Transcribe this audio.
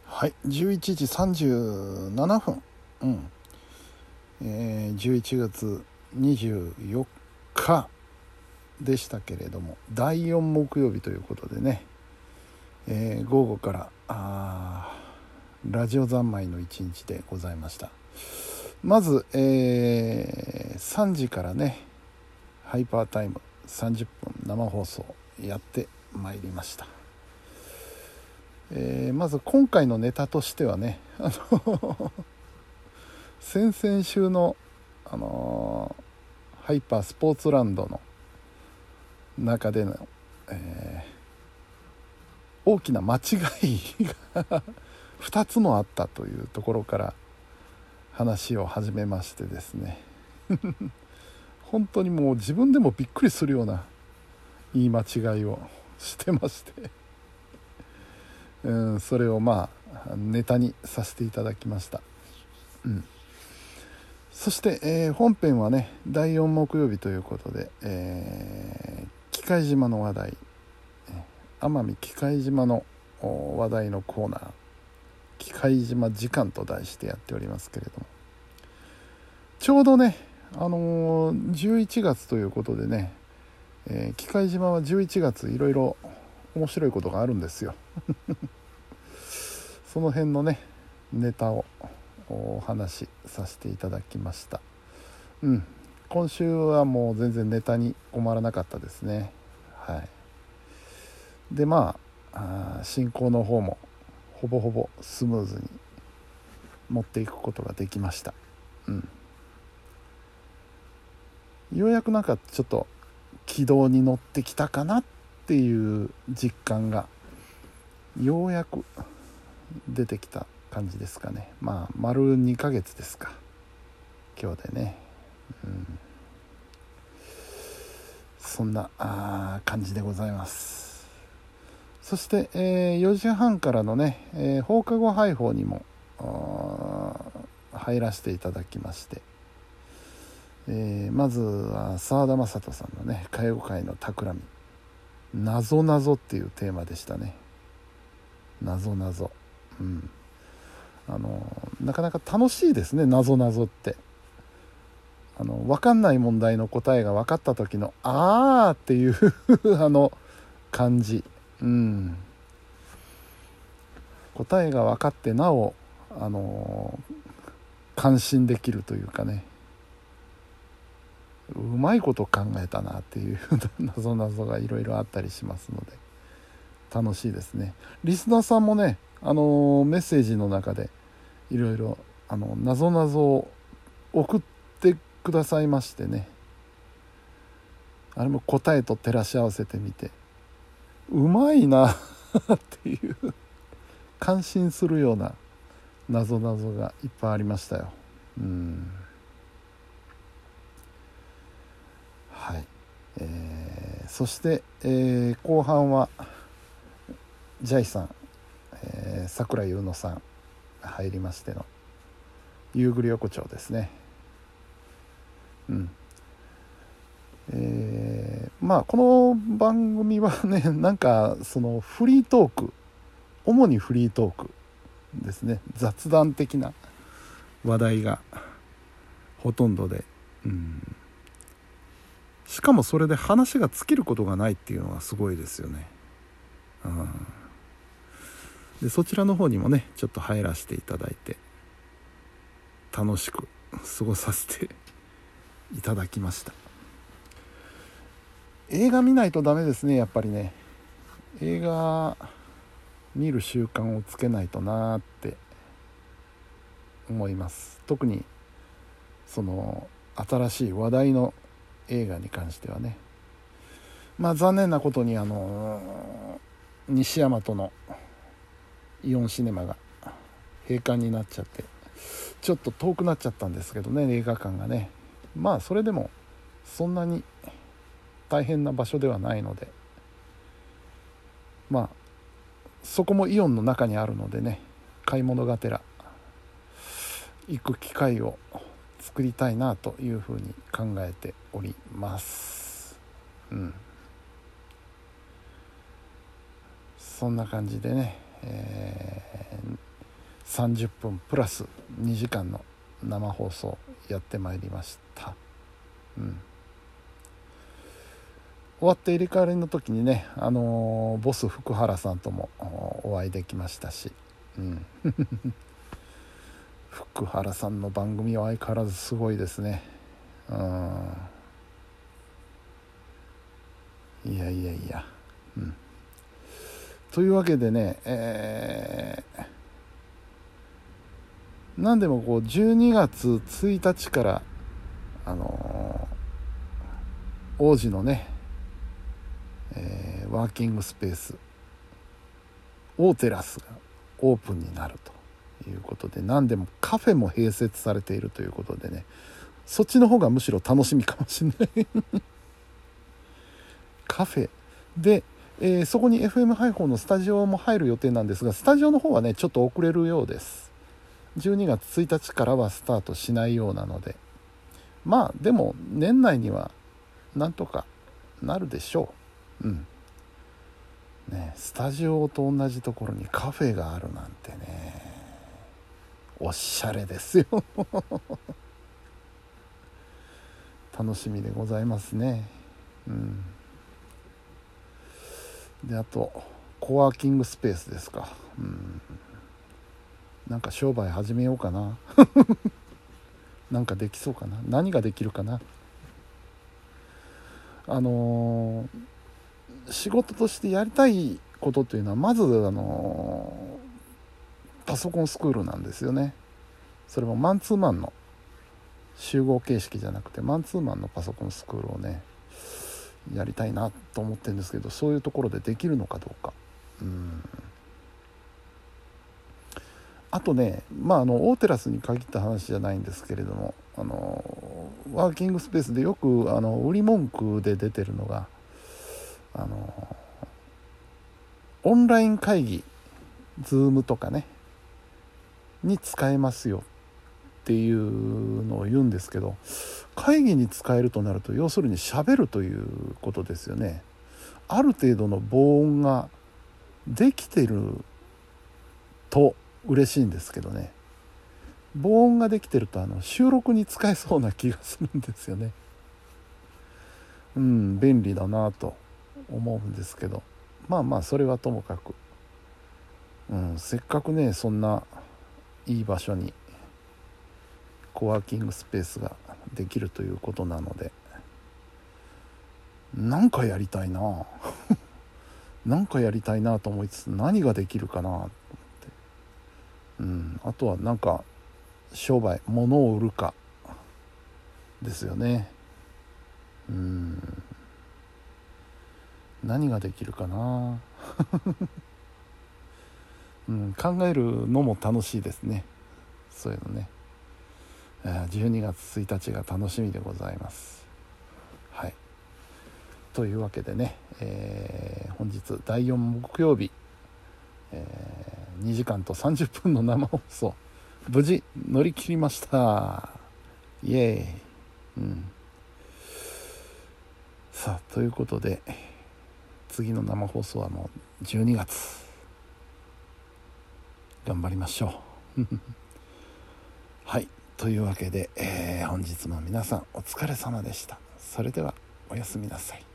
はい、11時37分、11月24日でしたけれども、第4木曜日ということでね、午後からラジオ三昧の一日でございました。まず、3時からね、ハイパータイム30分生放送やってまいりました。まず今回のネタとしてはね、先々週の、ハイパースポーツランドの中での、大きな間違いが2つもあったというところから話を始めましてですね本当にもう自分でもびっくりするような言い間違いをしてましてそれをネタにさせていただきました。そして、本編はね第4木曜日ということで、喜界島の話題、奄美喜界島の話題のコーナー、喜界島時間と題してやっておりますけれども、ちょうどね、11月ということでね、喜界島は11月いろいろ面白いことがあるんですよその辺のねネタをお話しさせていただきました。今週はもう全然ネタに困らなかったですね。で進行の方もほぼほぼスムーズに持っていくことができました。ようやくちょっと軌道に乗ってきたかなっていう実感がようやく出てきた感じですかね。丸2ヶ月ですか今日でね。そんな感じでございます。そして、4時半からのね、放課後配報にも入らせていただきまして、まずは澤田雅人さんのね介護界の企み、なぞなぞっていうテーマでしたね。なぞなぞ、なかなか楽しいですね。なぞなぞって分かんない問題の答えが分かった時のあーっていう感じ、答えが分かってなお感心できるというかね、うまいこと考えたなっていうなぞなぞがいろいろあったりしますので楽しいですね。リスナーさんもね、メッセージの中でいろいろなぞなぞを送ってくださいましてね、あれも答えと照らし合わせてみてうまいなっていう感心するようななぞなぞがいっぱいありましたよ。はい、そして、後半はジャイさん、桜井優乃さん入りましての夕暮れ横丁ですね。この番組はねそのフリートーク、主にフリートークですね。雑談的な話題がほとんどで、しかもそれで話が尽きることがないっていうのがすごいですよね。でそちらの方にもねちょっと入らせていただいて楽しく過ごさせていただきました。映画見ないとダメですね。やっぱりね映画見る習慣をつけないとなって思います。特にその新しい話題の映画に関してはね。残念なことに西大和のイオンシネマが閉館になっちゃってちょっと遠くなっちゃったんですけどね、映画館がね。それでもそんなに大変な場所ではないので、そこもイオンの中にあるのでね、買い物がてら行く機会を作りたいなというふうに考えております。そんな感じでね、 30分プラス2時間の生放送やってまいりました。終わって入れ替わりの時にね、ボス福原さんともお会いできましたし、福原さんの番組は相変わらずすごいですね。いや、というわけでね、何でもこう12月1日から王子のね、ワーキングスペースオーテラスがオープンになるということで、何でもカフェも併設されているということでね、そっちの方がむしろ楽しみかもしれないカフェで、そこに FM 配報のスタジオも入る予定なんですが、スタジオの方はねちょっと遅れるようです。12月1日からはスタートしないようなので、まあでも年内にはなんとかなるでしょう。スタジオと同じところにカフェがあるなんてね、おしゃれですよ楽しみでございますね。で、あとコワーキングスペースですか。なんか商売始めようかななんかできそうかな。何ができるかな。仕事としてやりたいことというのは、まずパソコンスクールなんですよね。それもマンツーマンの集合形式じゃなくて、マンツーマンのパソコンスクールをねやりたいなと思ってるんですけど、そういうところでできるのかどうか。あとね、オーテラスに限った話じゃないんですけれども、ワーキングスペースでよく売り文句で出てるのが、オンライン会議 Zoom とかねに使えますよっていうのを言うんですけど、会議に使えるとなると要するに喋るということですよね。ある程度の防音ができてると嬉しいんですけどね、防音ができてると収録に使えそうな気がするんですよね。便利だなと思うんですけど、それはともかく、せっかくねそんないい場所にコワーキングスペースができるということなので、なんかやりたいななんかやりたいなと思いつつ、何ができるかなと思って、あとはなんか商売、物を売るかですよね。何ができるかな考えるのも楽しいですね。そういうのね。12月1日が楽しみでございます。はい。というわけでね、本日第4木曜日、2時間と30分の生放送無事乗り切りました。イエーイ。さあ、ということで次の生放送はもう12月頑張りましょうはい、というわけで、本日も皆さんお疲れ様でした。それではおやすみなさい。